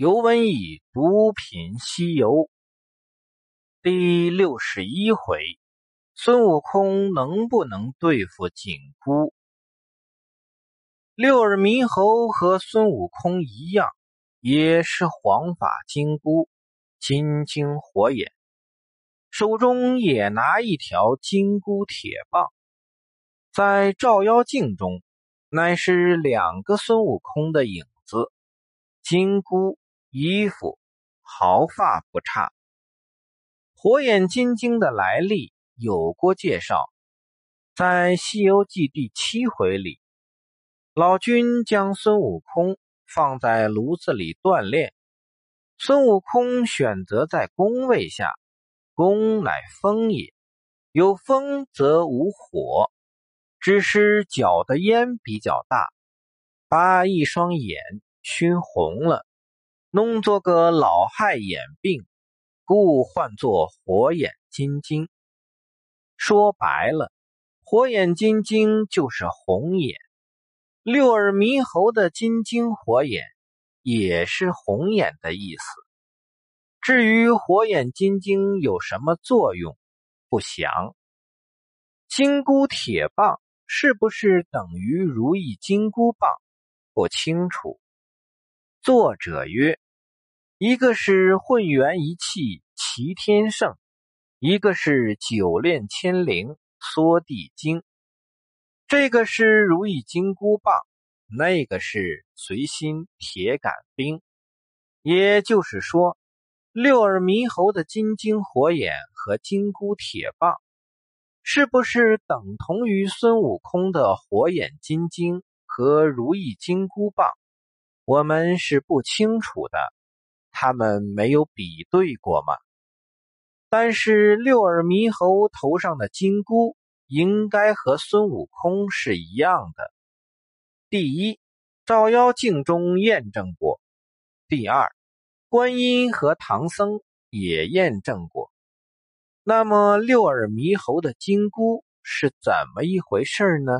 尤文以毒品西游。第61回，孙悟空能不能对付紧箍？六耳猕猴和孙悟空一样，也是黄发金箍，金睛火眼，手中也拿一条金箍铁棒。在照妖镜中，乃是两个孙悟空的影子，金箍、衣服、毫发不差。火眼金睛的来历有过介绍，在《西游记》第7回里，老君将孙悟空放在炉子里锻炼，孙悟空选择在宫位下，宫乃风也，有风则无火，只是脚的烟比较大，把一双眼熏红了，弄作个老害眼病，故唤作火眼金睛。说白了，火眼金睛就是红眼，六耳猕猴的金睛火眼也是红眼的意思。至于火眼金睛有什么作用，不详。金箍铁棒是不是等于如意金箍棒，不清楚。作者曰，一个是混元一气齐天圣，一个是九炼千灵缩地经。这个是如意金箍棒，那个是随心铁杆冰。也就是说，六耳猕猴的金睛火眼和金箍铁棒，是不是等同于孙悟空的火眼金睛和如意金箍棒，我们是不清楚的，他们没有比对过吗？但是六耳猕猴头上的金箍应该和孙悟空是一样的。第一，照妖镜中验证过；第二，观音和唐僧也验证过。那么六耳猕猴的金箍是怎么一回事呢？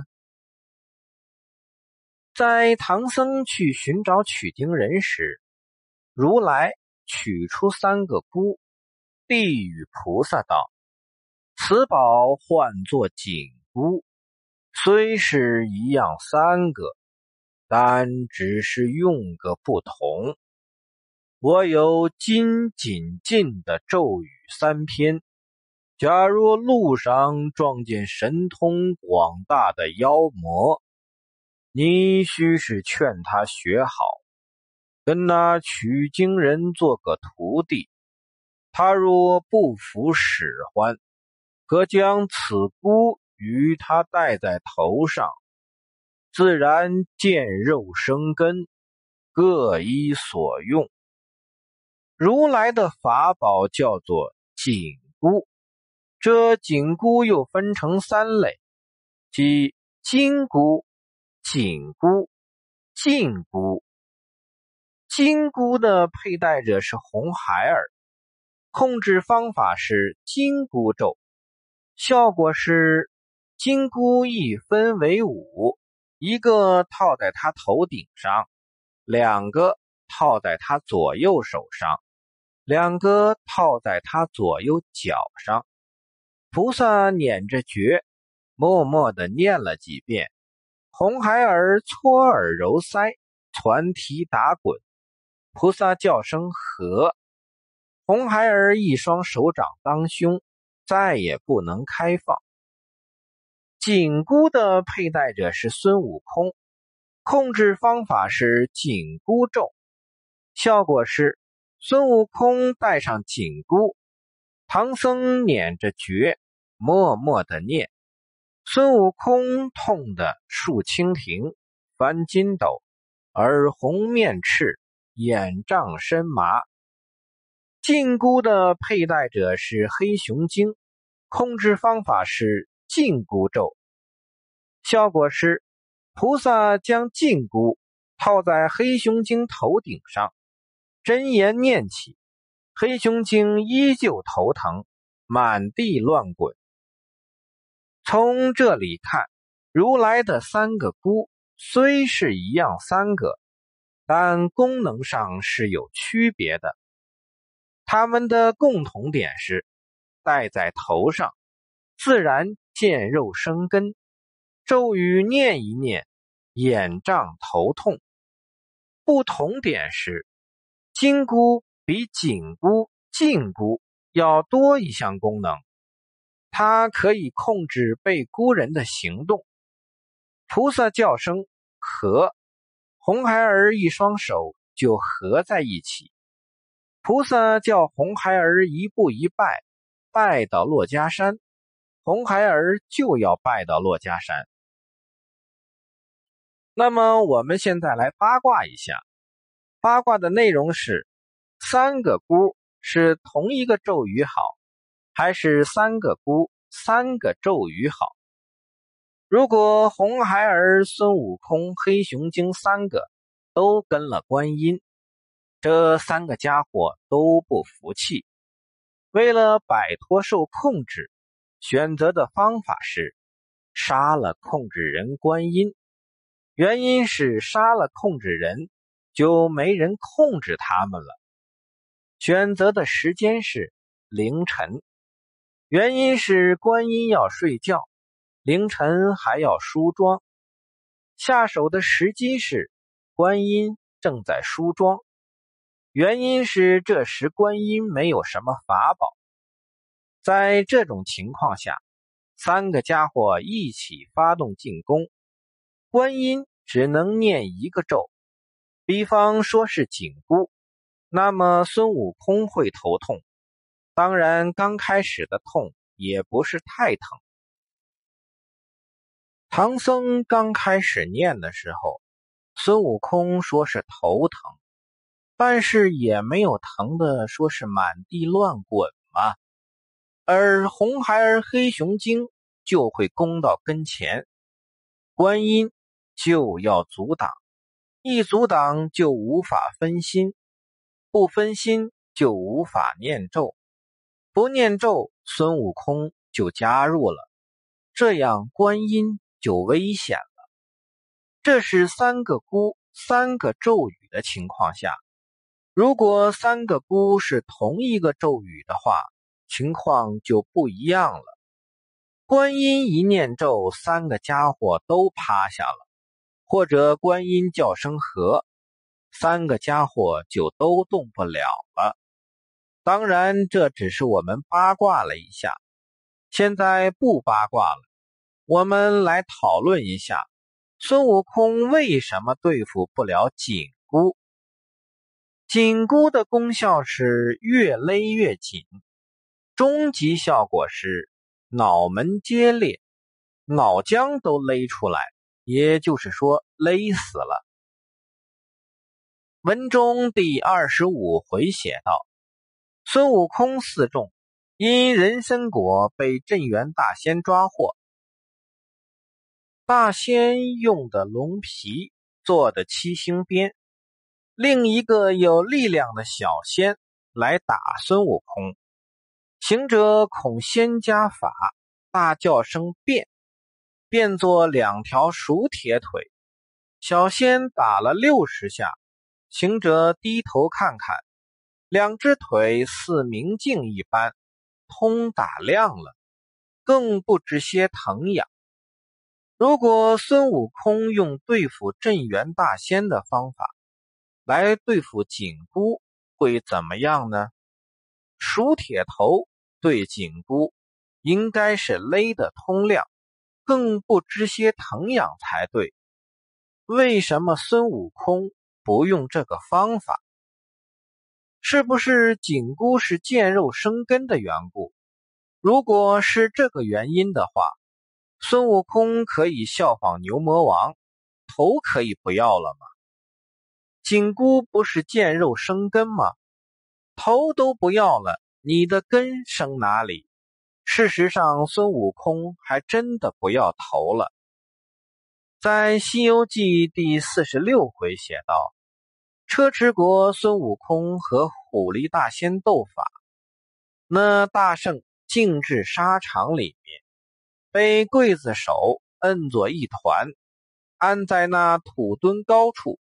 在唐僧去寻找取经人时，如来取出3个箍，递与菩萨道：此宝唤作紧箍，虽是一样3个，但只是用个不同。我有金紧禁的咒语3篇，假若路上撞见神通广大的妖魔，你须是劝他学好，跟那取经人做个徒弟。他若不服使唤，可将此箍与他戴在头上，自然见肉生根，各依所用。如来的法宝叫做紧箍，这紧箍又分成3类，即金箍、紧箍、禁箍。金箍的佩戴者是红孩儿，控制方法是金箍咒，效果是金箍一分为5，一个套在他头顶上，2个套在他左右手上，2个套在他左右脚上。菩萨捻着诀，默默地念了几遍，红孩儿搓耳揉腮，攒蹄打滚，菩萨叫声和，红孩儿一双手掌当胸，再也不能开放。紧箍的佩戴者是孙悟空，控制方法是紧箍咒，效果是孙悟空戴上紧箍，唐僧捻着诀，默默地念，孙悟空痛得竖蜻蜓，翻筋斗，耳红面赤，眼胀身麻。禁箍的佩戴者是黑熊精，控制方法是禁箍咒，效果是菩萨将禁箍套在黑熊精头顶上，真言念起，黑熊精依旧头疼，满地乱滚。从这里看，如来的3个箍虽是一样3个， 但功能上是有区别的。它们的共同点是戴在头上，自然见肉生根，咒语念一念，眼胀头痛。不同点是金箍比紧箍、禁箍要多一项功能，它可以控制被箍人的行动。菩萨叫声合，红孩儿一双手就合在一起。菩萨叫红孩儿一步一拜，拜到珞珈山，红孩儿就要拜到珞珈山。那么我们现在来八卦一下，八卦的内容是三个箍是同一个咒语好，还是三个箍三个咒语好？如果红孩儿、孙悟空、黑熊精三个都跟了观音，这三个家伙都不服气，为了摆脱受控制，选择的方法是杀了控制人观音。原因是杀了控制人，就没人控制他们了。选择的时间是凌晨，原因是观音要睡觉，凌晨还要梳妆。下手的时机是观音正在梳妆，原因是这时观音没有什么法宝。在这种情况下，三个家伙一起发动进攻，观音只能念一个咒，比方说是紧箍，那么孙悟空会头痛，当然刚开始的痛也不是太疼。唐僧刚开始念的时候，孙悟空说是头疼，但是也没有疼的说是满地乱滚嘛。而红孩儿、黑熊精就会攻到跟前，观音就要阻挡，一阻挡就无法分心，不分心就无法念咒，不念咒孙悟空就加入了，这样观音就危险了。这是三个箍三个咒语的情况下，如果三个箍是同一个咒语的话，情况就不一样了。观音一念咒，三个家伙都趴下了，或者观音叫声和，三个家伙就都动不了了。当然这只是我们八卦了一下，现在不八卦了，我们来讨论一下孙悟空为什么对付不了紧箍。紧箍的功效是越勒越紧，终极效果是脑门揭裂，脑浆都勒出来，也就是说勒死了。文中第25回写道，孙悟空四众因人参果被镇元大仙抓获，大仙用的龙皮做的七星鞭，另一个有力量的小仙来打孙悟空，行者恐仙家法，大叫声变，变作两条熟铁腿，小仙打了60下，行者低头看看，两只腿似明镜一般，通打亮了，更不知些疼痒。如果孙悟空用对付镇元大仙的方法来对付紧箍，会怎么样呢？熟铁头对紧箍应该是勒得通亮，更不知些疼痒才对。为什么孙悟空不用这个方法？是不是紧箍是见肉生根的缘故？如果是这个原因的话，孙悟空可以效仿牛魔王，头可以不要了吗？紧箍不是见肉生根吗？头都不要了，你的根生哪里？事实上，孙悟空还真的不要头了。在《西游记》第46回写道，车迟国孙悟空和虎力大仙斗法，那大圣径至沙场里面，被刽子手摁作一团，安在那土墩高处。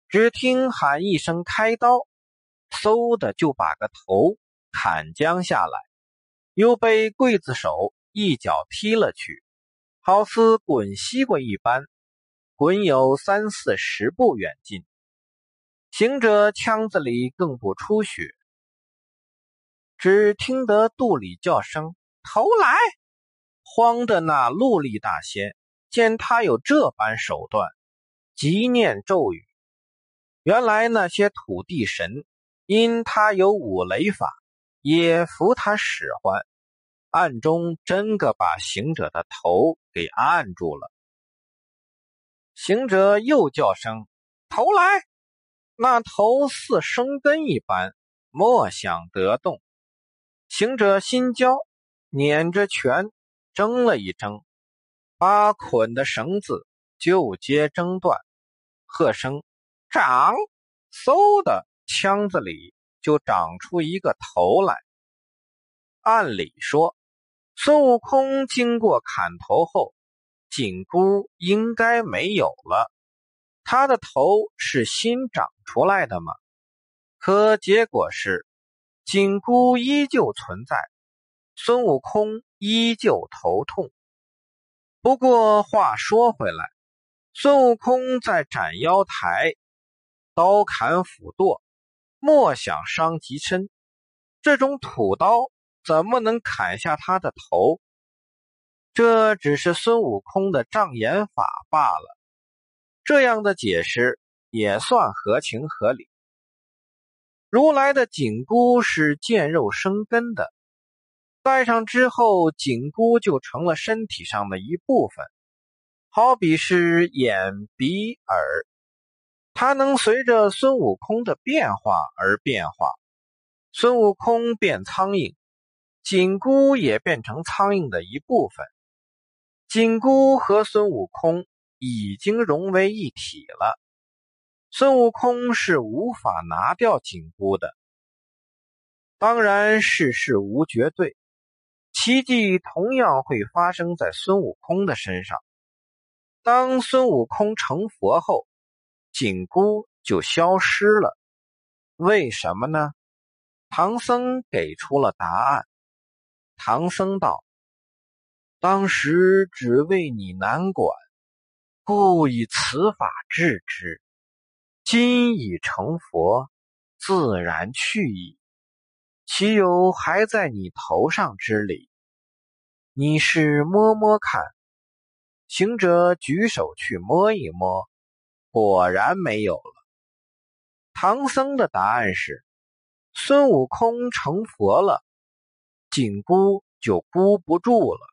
只听喊一声开刀，嗖的就把个头砍将下来，又被刽子手一脚踢了去，好似滚西瓜一般，滚有30-40步远近。行者腔子里更不出血，只听得肚里叫声头来。慌的那陆力大仙见他有这般手段，急念咒语。原来那些土地神因他有五雷法，也服他使唤，暗中真个把行者的头给按住了。行者又叫声头来，那头似生根一般，莫想得动。行者心焦，捻着拳挣了一挣，把捆的绳子就接挣断，喝声长，嗖的腔子里就长出一个头来。按理说，孙悟空经过砍头后，紧箍应该没有了，他的头是新长出来的吗？可结果是紧箍依旧存在，孙悟空依旧头痛。不过话说回来，孙悟空在斩妖台刀砍斧剁，莫想伤及身，这种土刀怎么能砍下他的头？这只是孙悟空的障眼法罢了。这样的解释也算合情合理。如来的紧箍是见肉生根的，戴上之后，紧箍就成了身体上的一部分，好比是眼、鼻、耳，它能随着孙悟空的变化而变化。孙悟空变苍蝇，紧箍也变成苍蝇的一部分。紧箍和孙悟空已经融为一体了，孙悟空是无法拿掉紧箍的。当然世事无绝对，奇迹同样会发生在孙悟空的身上。当孙悟空成佛后，紧箍就消失了。为什么呢？唐僧给出了答案。唐僧道：当时只为你难管，故以此法治之。今已成佛，自然去矣，岂有还在你头上之理？你是摸摸看。行者举手去摸一摸，果然没有了。唐僧的答案是：孙悟空成佛了，紧箍就箍不住了。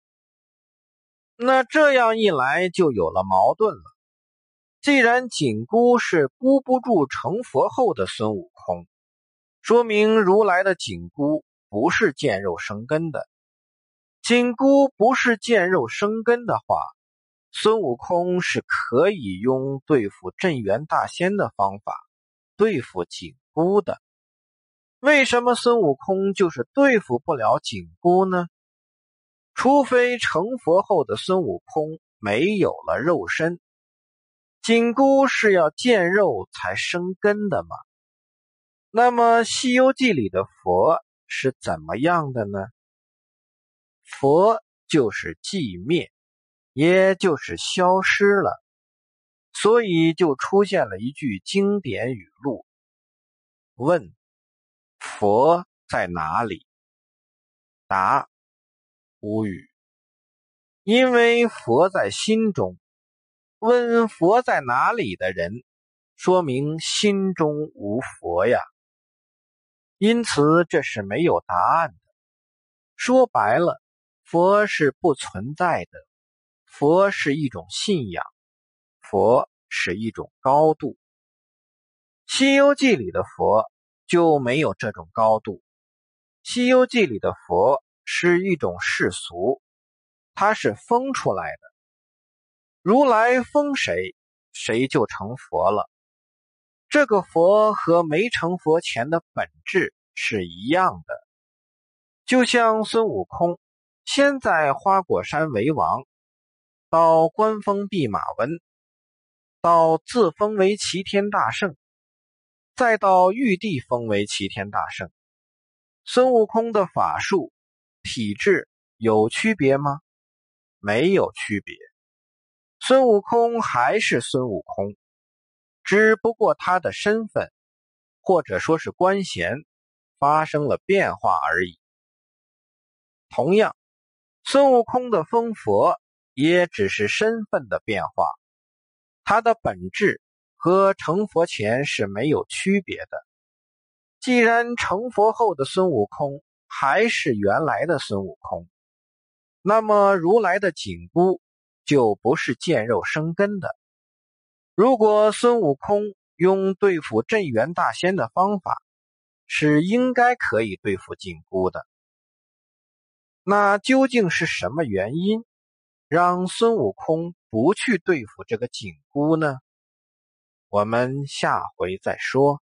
那这样一来就有了矛盾了。既然紧箍是箍不住成佛后的孙悟空，说明如来的紧箍不是见肉生根的。紧箍不是见肉生根的话，孙悟空是可以用对付镇元大仙的方法对付紧箍的。为什么孙悟空就是对付不了紧箍呢？除非成佛后的孙悟空没有了肉身。紧箍是要见肉才生根的吗？那么《西游记》里的佛是怎么样的呢？佛就是寂灭，也就是消失了，所以就出现了一句经典语录：问佛在哪里？答无语。因为佛在心中，问佛在哪里的人，说明心中无佛呀。因此这是没有答案的。说白了，佛是不存在的，佛是一种信仰，佛是一种高度。西游记里的佛就没有这种高度。西游记里的佛是一种世俗，它是封出来的。如来封谁，谁就成佛了。这个佛和没成佛前的本质是一样的。就像孙悟空先在花果山为王，到官封弼马温， 到自封为齐天大圣，再到玉帝封为齐天大圣，孙悟空的法术、体质有区别吗？没有区别。孙悟空还是孙悟空，只不过他的身份，或者说是官衔，发生了变化而已。同样，孙悟空的封佛也只是身份的变化，他的本质和成佛前是没有区别的。既然成佛后的孙悟空还是原来的孙悟空，那么如来的紧箍就不是见肉生根的。如果孙悟空用对付镇元大仙的方法，是应该可以对付紧箍的。那究竟是什么原因让孙悟空不去对付这个紧箍呢？我们下回再说。